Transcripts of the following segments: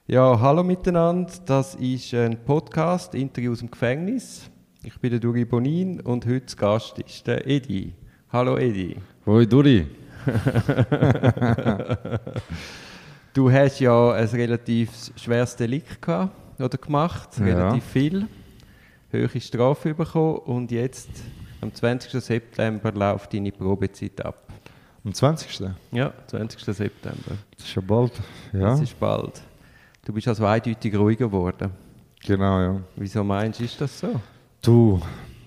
Ja, hallo miteinander. Das ist ein Podcast, Interview aus dem Gefängnis. Ich bin der Duri Bonin und heute zu Gast ist der Edi. Hallo Edi. Hoi Duri. Du hast ja ein relativ schweres Delikt gehabt, oder gemacht, relativ viel. Hohe Strafe bekommen und jetzt, am 20. September, läuft deine Probezeit ab. Am 20. Ja, 20. September. Das ist ja bald. Ja. Das ist bald. Du bist also eindeutig ruhiger geworden. Genau, ja. Wieso meinst du, ist das so? Du,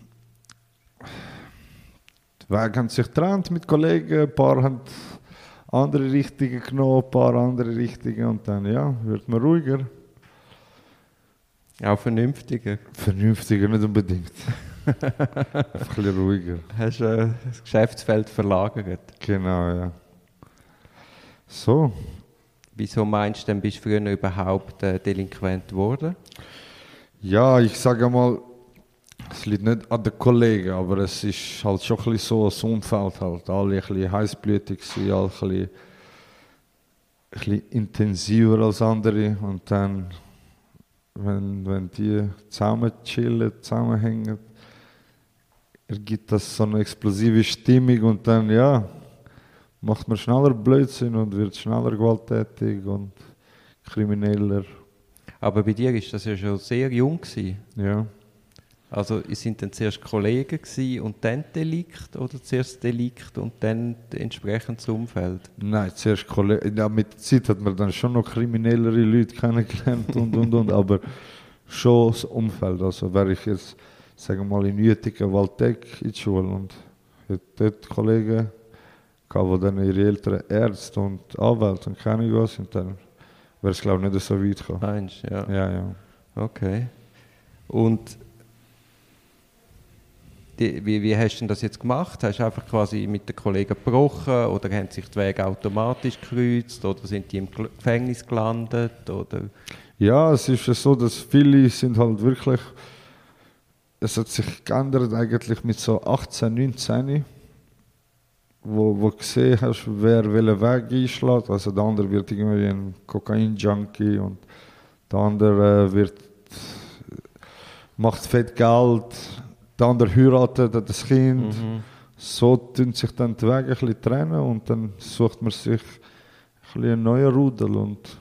die Wege haben sich getrennt mit Kollegen, ein paar haben andere Richtungen genommen, ein paar andere Richtungen und dann, ja, wird man ruhiger. Auch vernünftiger. Vernünftiger nicht unbedingt. Ein bisschen ruhiger. Hast du das Geschäftsfeld verlagert? Genau, ja. So. Wieso meinst du denn, bist du früher überhaupt delinquent geworden? Ja, ich sage mal, es liegt nicht an den Kollegen, aber es ist halt schon ein bisschen so ein Umfeld halt. Alle ein bisschen heißblütig gewesen, alle ein bisschen intensiver als andere und dann, wenn die zusammen chillen, zusammenhängen, ergibt das so eine explosive Stimmung und dann, ja, macht man schneller Blödsinn und wird schneller gewalttätig und krimineller. Aber bei dir war das ja schon sehr jung gewesen. Ja. Also sind dann zuerst Kollegen gewesen und dann Delikt oder zuerst Delikt und dann entsprechend das Umfeld? Nein, zuerst Kollegen. Ja, mit der Zeit hat man dann schon noch kriminellere Leute kennengelernt und, aber schon das Umfeld. Also wäre ich jetzt, sagen wir mal, in Uetingen, Waldeck in die Schule und hätte dort Kollegen gehabt, die dann ihre Eltern Ärzte und Anwälte und keine Ahnung was und dann wäre es, glaube ich, nicht so weit gekommen. Meinst du? Ja. Ja. Okay. Und wie hast du denn das jetzt gemacht? Hast du einfach quasi mit den Kollegen gebrochen oder haben sich die Wege automatisch gekreuzt oder sind die im Gefängnis gelandet? Oder? Ja, es ist so, dass viele sind halt wirklich, es hat sich geändert eigentlich mit so 18, 19, wo du gesehen hast, wer welchen Weg einschlägt. Also der andere wird irgendwie ein Kokain-Junkie und der andere macht fett Geld, der andere heiratet, hat ein Kind. Mhm. So tun sich dann die Wege ein bisschen trennen und dann sucht man sich ein bisschen einen neuen Rudel und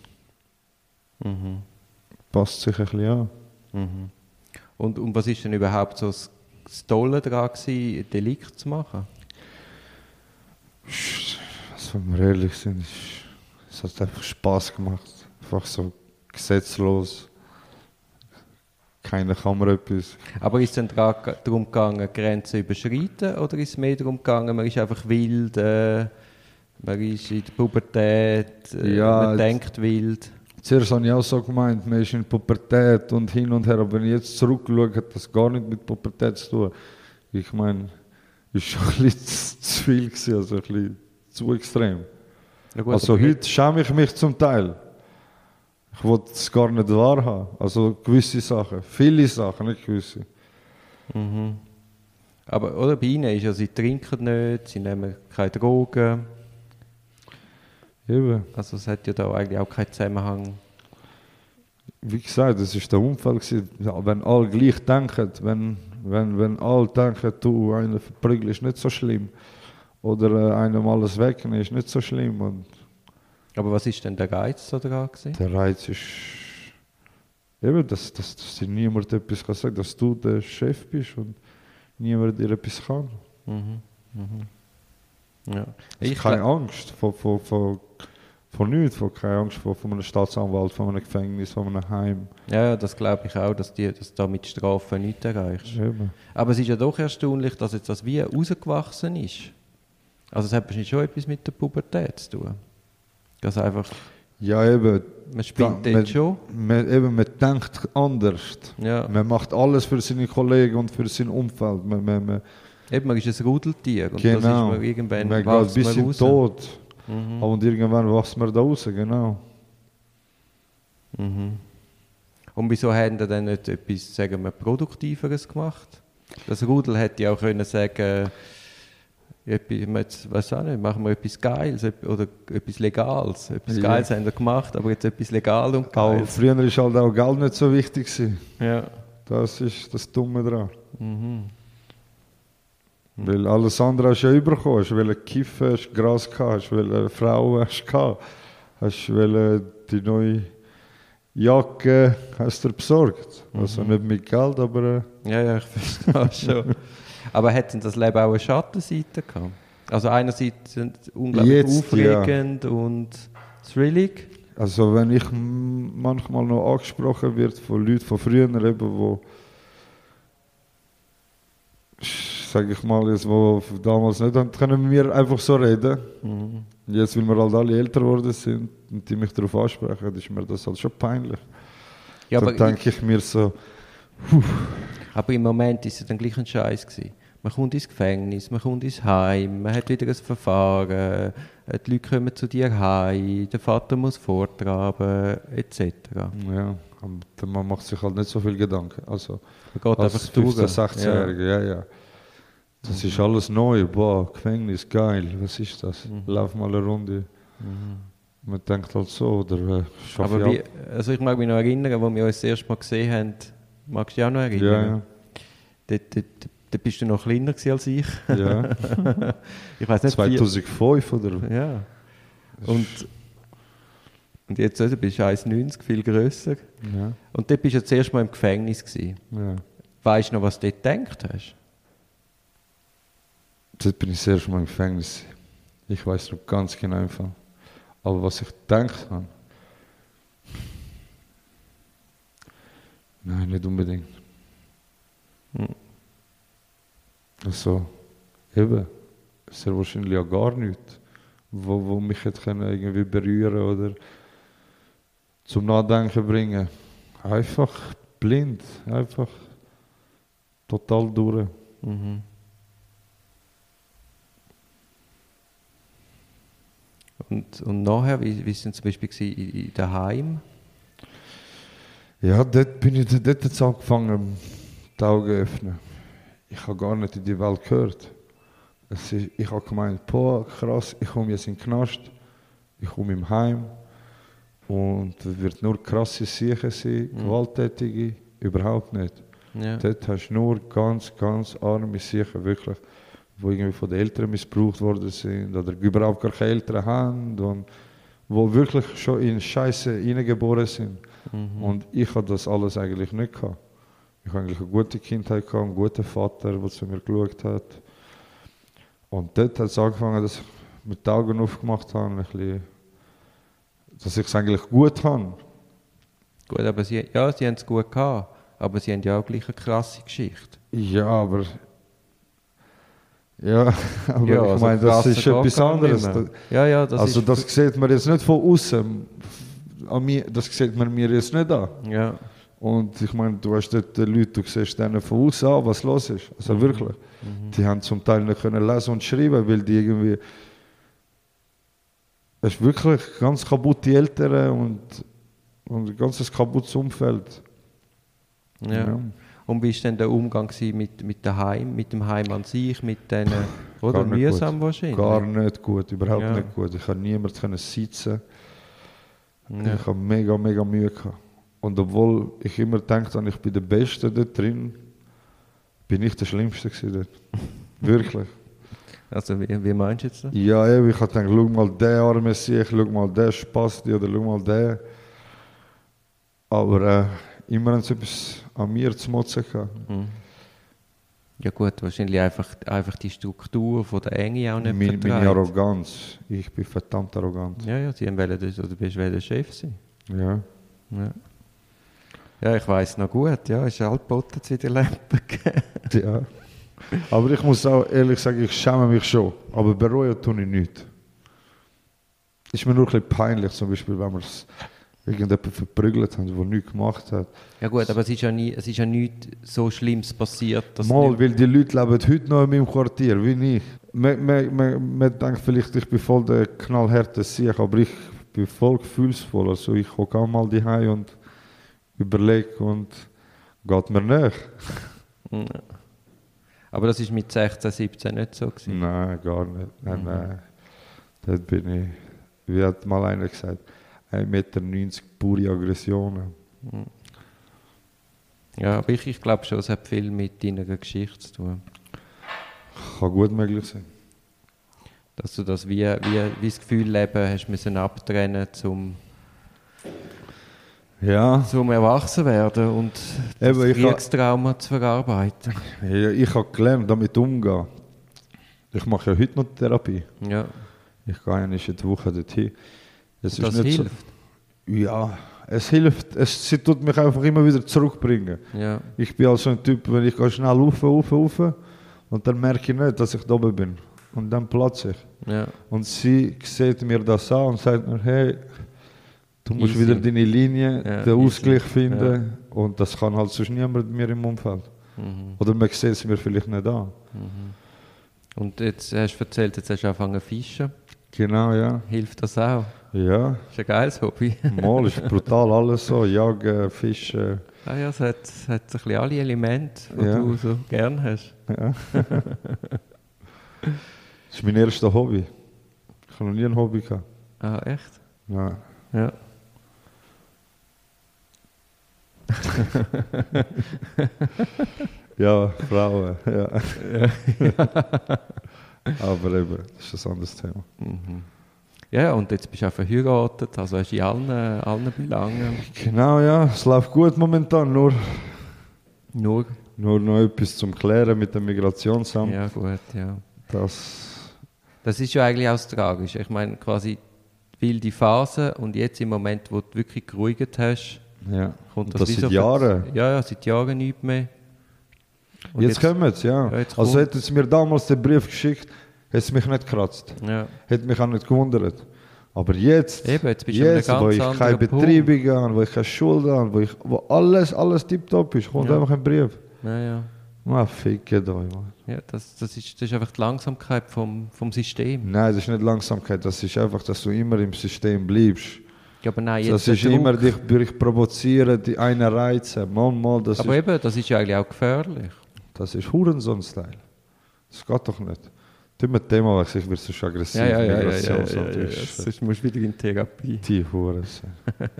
passt sich ein bisschen an. Mhm. Und was ist denn überhaupt so das Tolle daran gewesen, Delikt zu machen? Also, wenn wir ehrlich sind, es hat einfach Spass gemacht. Einfach so gesetzlos. Keiner kann mir etwas. Aber ist es dann darum gegangen, Grenzen zu überschreiten oder ist es mehr darum gegangen, man ist einfach wild, man ist in der Pubertät, man denkt wild? Zuerst habe ich auch so gemeint, man ist in der Pubertät und hin und her, aber wenn ich jetzt zurückschaue, hat das gar nicht mit Pubertät zu tun. Ich meine, es war schon ein bisschen zu viel, also ein bisschen zu extrem. Gut, also heute schäme ich mich zum Teil. Ich wollte es gar nicht wahrhaben. Also gewisse Sachen, viele Sachen, nicht gewisse. Mhm. Aber oder, bei ihnen ist ja, sie trinken nicht, sie nehmen keine Drogen. Eben. Also es hat ja da eigentlich auch keinen Zusammenhang. Wie gesagt, das war der Unfall. Ja, wenn alle gleich denken, wenn alle denken, du, einer verprügeln ist nicht so schlimm. Oder einem alles wegnehmen ist nicht so schlimm. Und aber was ist denn der Reiz da dran gewesen? der Reiz ist eben, dass dir niemand etwas kann sagen, dass du der Chef bist und niemand dir etwas kann. Ja. Ich keine Angst von nichts, keine Angst von einem Staatsanwalt, von einem Gefängnis, von einem Heim. Ja, das glaube ich auch, dass da mit Strafen nichts erreichst. Eben. Aber es ist ja doch erstaunlich, dass jetzt das wie rausgewachsen ist. Also es hat wahrscheinlich schon etwas mit der Pubertät zu tun. Das einfach, Ja, eben. man spielt dort schon. Man denkt anders. Ja. Man macht alles für seine Kollegen und für sein Umfeld. Man ist ein Rudeltier und genau. das ist man irgendwann man wächst geht bis in raus. Tod. Und irgendwann wächst man da raus, genau. Mhm. Und wieso haben die dann nicht etwas, sagen wir, Produktiveres gemacht? Das Rudel hätte ja auch können sagen, Weiß auch nicht, machen wir etwas Geiles oder etwas Legales. Etwas Geiles haben wir gemacht, aber jetzt etwas legal und Geiles. Aber früher war halt auch Geld nicht so wichtig gewesen. Ja. Das ist das Dumme daran. Weil alles andere hast du ja bekommen. Hast du kiffen, hast Gras gehabt, hast du Frauen gehabt, hast du die neue Jacke hast du besorgt. Also nicht mit Geld, aber... Ja, ich verstehe schon. Aber hat denn das Leben auch eine Schattenseite gehabt? Also einerseits unglaublich aufregend und thrillig. Also wenn ich manchmal noch angesprochen wird von Leuten von früher, eben, wo sage ich mal, jetzt, wo damals nicht, dann können wir einfach so reden. Jetzt, weil wir halt alle älter geworden sind und die mich darauf ansprechen, ist mir das halt schon peinlich. Ja, dann denke ich mir so, aber im Moment ist es dann gleich ein Scheiß gewesen. Man kommt ins Gefängnis, man kommt ins Heim, man hat wieder ein Verfahren, die Leute kommen zu dir heim, der Vater muss vortragen, etc. Ja, aber man macht sich halt nicht so viel Gedanken. Also, man geht als einfach 15-, 16-Jährige, ja. Das ist alles neu, boah, Gefängnis, geil, was ist das? Lauf mal eine Runde. Man denkt halt so, oder aber ich mag mich noch erinnern, als wir uns das erste Mal gesehen haben, magst du dich auch noch erinnern? Ja. Dort bist du noch kleiner als ich. Ja. Ich weiss nicht, 2005 oder? Ja. Und jetzt also, bist du 1,90, viel grösser. Ja. Und dort bist du das erste Mal im Gefängnis gewesen. Ja. Weißt du noch, was du dort gedacht hast? Dort bin ich das erste Mal im Gefängnis. Ich weiß noch ganz genau einfach. Aber was ich gedacht habe, nein, nicht unbedingt. Also, eben, sehr wahrscheinlich ja gar nichts, wo mich hätte irgendwie berühren oder zum Nachdenken bringen. Einfach blind, einfach total durch. Und nachher, wie war es zum Beispiel in daheim? Ja, dort hat es angefangen, die Augen zu öffnen. Ich habe gar nicht in die Welt gehört. Ich habe gemeint, boah, krass, ich komme jetzt in den Knast, ich komme im Heim und es wird nur krasse Sachen sein, gewalttätige, überhaupt nicht. Ja. Dort hast du nur ganz, ganz arme Sachen, wirklich, die irgendwie von den Eltern missbraucht worden sind oder überhaupt gar keine Eltern haben und die wirklich schon in Scheiße hineingeboren sind. Und ich hatte das alles eigentlich nicht gehabt. Ich hatte eigentlich eine gute Kindheit gehabt, einen guten Vater, der zu mir geschaut hat. Und dort hat es angefangen, dass ich mit den Augen aufgemacht habe, dass ich es eigentlich gut habe. Gut, aber sie haben es gut gehabt, aber sie haben ja auch gleich eine krasse Geschichte. Ja, aber ich also meine, das ist etwas anderes. Das sieht man jetzt nicht von außen. Das sieht man mir jetzt nicht an. Ja. Und ich meine, du hast dort Leute, du siehst denen von außen an, was los ist. Also wirklich. Die haben zum Teil nicht können lesen und schreiben, weil die irgendwie... Es ist wirklich ganz kaputte Eltern und ein ganzes kaputtes Umfeld. Ja. Und wie war denn der Umgang mit dem Heim an sich, mit denen, oder? Mühsam gut. Wahrscheinlich? Gar nicht gut, überhaupt nicht gut. Ich konnte niemanden sitzen. Ja. Ich hatte mega, mega Mühe gehabt. Und obwohl ich immer gedacht habe, ich bin der Beste dort drin, bin ich der Schlimmste dort. Wirklich. Also wie meinst du jetzt das? Ja, ich habe gedacht, schau mal den arme Sieg, schau mal den Spasti oder schau mal den. Aber immer haben sie etwas an mir zu motzen gehabt. Ja gut, wahrscheinlich einfach die Struktur von der Enge auch nicht vertreibt. Meine Arroganz. Ich bin verdammt arrogant. Ja, sie wollen du bist der Chef sein. Ja. Ja, ich weiss noch gut, ja, ist altboten zu den Lampen gegeben. Ja. Aber ich muss auch ehrlich sagen, ich schäme mich schon. Aber bereuen tue ich nichts. Ist mir nur ein bisschen peinlich, zum Beispiel, wenn wir irgendjemanden verprügelt haben, der nichts gemacht hat. Ja gut, aber es ist ja nichts so Schlimmes passiert. Dass weil die Leute leben heute noch in meinem Quartier, wie ich. Man denkt vielleicht, ich bin voll der knallharte Sieg, aber ich bin voll gefühlsvoll. Also ich hocke auch mal daheim und überlege und geht mir nicht. Aber das war mit 16, 17 nicht so gewesen? Nein, gar nicht. Nein. Dort bin ich, wie hat mal einer gesagt, 1,90 Meter pure Aggressionen. Ja, aber ich glaube schon, es hat viel mit deiner Geschichte zu tun. Kann gut möglich sein. Dass du das wie das Gefühl leben hast müssen abtrennen, zum erwachsen werden und das Kriegstrauma zu verarbeiten. Ja, ich habe gelernt, damit umzugehen. Ich mache ja heute noch Therapie. Ja. Ich gehe eigentlich jede Woche dorthin. Das hilft? So, ja, es hilft. Sie tut mich einfach immer wieder zurückbringen. Ja. Ich bin also ein Typ, wenn ich gehe schnell rauf und dann merke ich nicht, dass ich da oben bin. Und dann platze ich. Ja. Und sie sieht mir das an und sagt mir, hey, du musst wieder deine Linie, den Ausgleich finden. Ja. Und das kann halt sonst niemand mir im Umfeld. Oder man sieht es mir vielleicht nicht an. Und jetzt hast du erzählt, jetzt hast du angefangen zu fischen. Genau, ja. Hilft das auch? Ja. Ist ein geiles Hobby. Mal ist brutal alles so, jagen, fischen. Ah ja, es hat ein bisschen alle Elemente, die du so gerne hast. Ja. Das ist mein erstes Hobby. Ich habe noch nie ein Hobby gehabt. Ah, echt? Ja. Ja. Ja, Frauen, ja. Aber eben, das ist ein anderes Thema. Ja, und jetzt bist du auch verheiratet, also hast du in allen Belangen. Genau, ja, es läuft gut momentan, nur noch etwas zum Klären mit dem Migrationsamt. Ja, gut, ja. Das ist ja eigentlich auch das Tragische. Ich meine, quasi die wilde Phase und jetzt im Moment, wo du wirklich geruhigt hast, kommt das seit Jahren? Ja, seit Jahren nicht mehr. Und jetzt kommen es, ja. Also hätten sie mir damals den Brief geschickt, hätte es mich nicht gekratzt. Ja. Hätte mich auch nicht gewundert. Aber jetzt bist du wo ich keine Betriebe habe, wo ich keine Schulden habe, wo alles tiptop ist, kommt einfach ein Brief. Ja. Ficke da, Mann. Ja, das ist einfach die Langsamkeit vom System. Nein, das ist nicht Langsamkeit, das ist einfach, dass du immer im System bleibst. Ja, aber nein, jetzt das ist immer dich provozieren, die einen reizen. Mal, das aber eben, das ist ja eigentlich auch gefährlich. Das ist Hurensohn-Style. Das geht doch nicht. Tu mir Thema wechseln, ich werde so aggressiv. Ja. Sonst musst du wieder in Therapie. Die Hurensohn.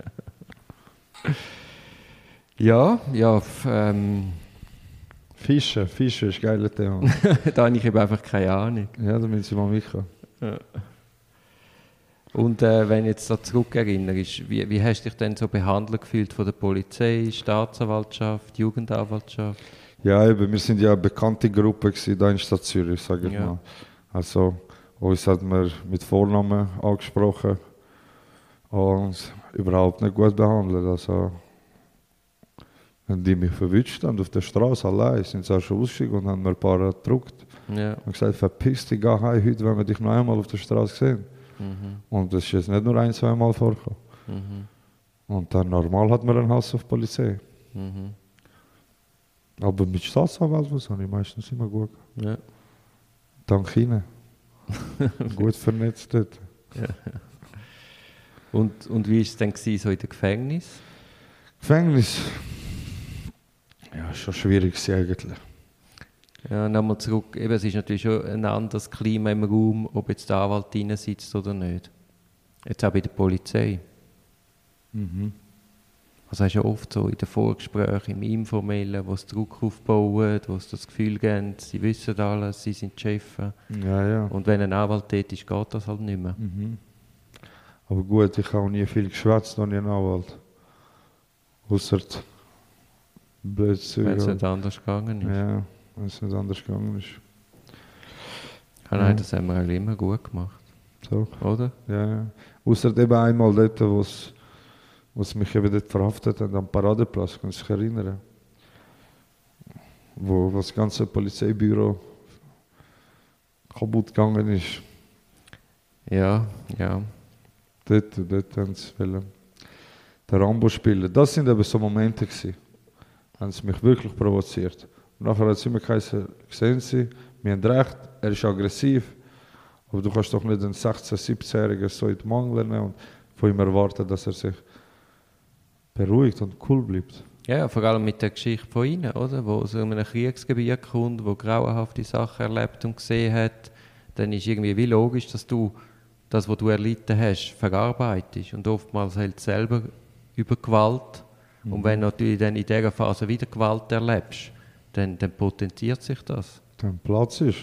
Fischen ist ein geiles Thema. Da habe ich eben einfach keine Ahnung. Ja, da müssen sie mal mitkommen. Ja. Und wenn du jetzt da zurückerinnerst, wie hast du dich denn so behandelt gefühlt von der Polizei, Staatsanwaltschaft, Jugendanwaltschaft? Ja, eben, wir sind ja eine bekannte Gruppe hier in der Stadt Zürich, sage ich mal. Also, uns hat man mit Vornamen angesprochen und überhaupt nicht gut behandelt. Also, wenn die mich verwünscht haben auf der Straße allein, sind sie auch schon ausgestiegen und haben mir ein paar gedruckt. Ja. Und gesagt, verpiss dich, geh heim heute, wenn wir dich noch einmal auf der Straße sehen. Und das ist jetzt nicht nur 1-2 Mal vorgekommen. Und dann normal hat man einen Hass auf die Polizei. Aber mit Staatsanwalt habe ich meistens immer gut. Ja. Dank Ihnen. Gut vernetzt dort. Ja. Und wie war es denn so in dem Gefängnis? Gefängnis? Ja, schon schwierig eigentlich. Ja, nochmal zurück. Eben, es ist natürlich schon ein anderes Klima im Raum, ob jetzt der Anwalt drin sitzt oder nicht. Jetzt auch bei der Polizei. Also hast du ja oft so in den Vorgesprächen, im Informellen, wo es Druck aufbauen, wo es das Gefühl geben, sie wissen alles, sie sind die Chefs. Ja. Und wenn ein Anwalt dort ist, geht das halt nicht mehr. Aber gut, ich habe auch nie viel geschwätzt, noch nie einen Anwalt. Ausser Blödsinn. Wenn es nicht anders gegangen ist. Ja, wenn es nicht anders gegangen ist. Nein, das haben wir eigentlich immer gut gemacht. So. Oder? Ja. Ausser eben einmal dort, wo sie mich eben dort verhaftet haben, am Paradeplatz, kann ich mich erinnern. Wo das ganze Polizeibüro kaputt gegangen ist. Ja. Dort haben sie den Rambo spielen. Das sind eben so Momente gewesen. Haben sie mich wirklich provoziert. Und nachher hat es immer geheißen, sehen Sie, wir haben recht, er ist aggressiv, aber du kannst doch nicht einen 16-, 17-Jährigen so in die Mangel nehmen und von ihm erwarten, dass er sich beruhigt und cool bleibt. Ja, vor allem mit der Geschichte von ihnen, oder? Wo aus einem Kriegsgebiet kommt, wo grauenhafte Sachen erlebt und gesehen hat, dann ist irgendwie wie logisch, dass du das, was du erlitten hast, verarbeitest. Und oftmals halt selber über Gewalt. Und wenn du natürlich dann in dieser Phase wieder Gewalt erlebst, dann potenziert sich das. Dann Platz ist.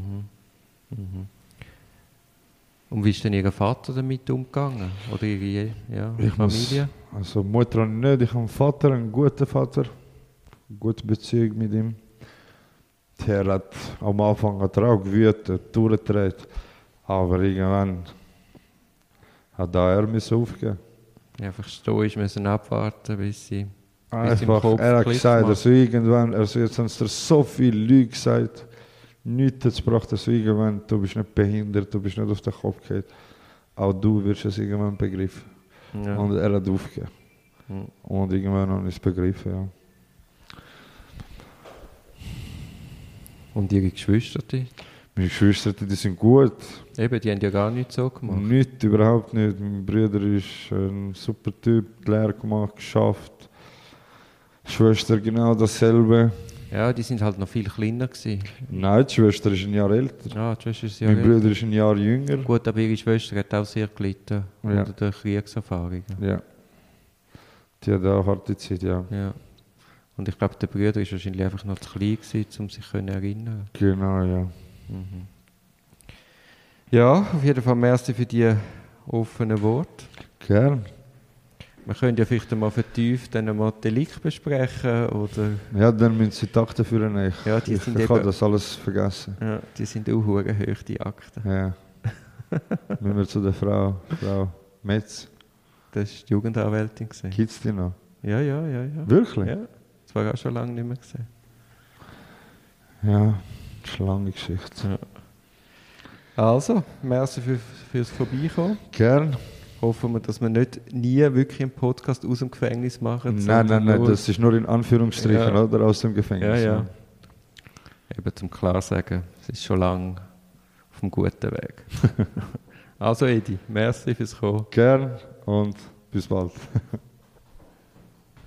Und wie ist denn Ihr Vater damit umgegangen? Oder Ihre Familie? Also Mutter habe ich nicht, ich habe einen Vater, einen guten Vater. Eine gute Beziehung mit ihm. Der hat am Anfang auch gewütet, durchgedreht. Aber irgendwann hat er müssen aufgeben. Einfach stoisch müssen abwarten, bis sie Einfach, er hat gesagt, also irgendwann, also jetzt haben es dir so viele Leute gesagt, nichts hat es gebracht, also irgendwann, du bist nicht behindert, du bist nicht auf den Kopf gefallen. Auch du wirst es irgendwann begreifen. Ja. Und er hat aufgegeben. Und irgendwann habe ich es begriffen, ja. Und Ihre Geschwister? Meine Geschwister, die sind gut. Eben, die haben ja gar nichts so gemacht. Nichts, überhaupt nicht. Mein Bruder ist ein super Typ, die Lehre gemacht, geschafft. Die Schwester genau dasselbe. Ja, die sind halt noch viel kleiner gewesen. Nein, die Schwester ist ein Jahr älter. Ah, die Schwester ist ein Jahr mein Bruder ist ein Jahr jünger. Gut, aber ihre Schwester hat auch sehr gelitten unter der Kriegserfahrung. Ja. Die hat auch harte Zeit, ja. Und ich glaube, der Bruder war wahrscheinlich einfach noch zu klein gewesen, um sich zu erinnern. Genau, ja. Ja, auf jeden Fall merci für die offenen Worte. Gern. Wir können ja vielleicht einmal vertieft dann einmal Delikt besprechen, oder? Ja, dann müssen Sie die Akten führen. Ja, ich habe das alles vergessen. Ja, die sind auch hoch, die Akten. Ja. Müssen wir zu der Frau Metz. Das war die Jugendanwältin. Gibt es die noch? Ja. Wirklich? Ja, das war auch schon lange nicht mehr gesehen. Ja, das ist eine lange Geschichte. Ja. Also, merci fürs Vorbeikommen. Gern. Hoffen wir, dass wir nie wirklich einen Podcast aus dem Gefängnis machen. Nein, das ist nur in Anführungsstrichen, oder? Aus dem Gefängnis. Ja. Eben zum klar sagen, es ist schon lange auf dem guten Weg. Also Edi, merci fürs Kommen. Gern und bis bald.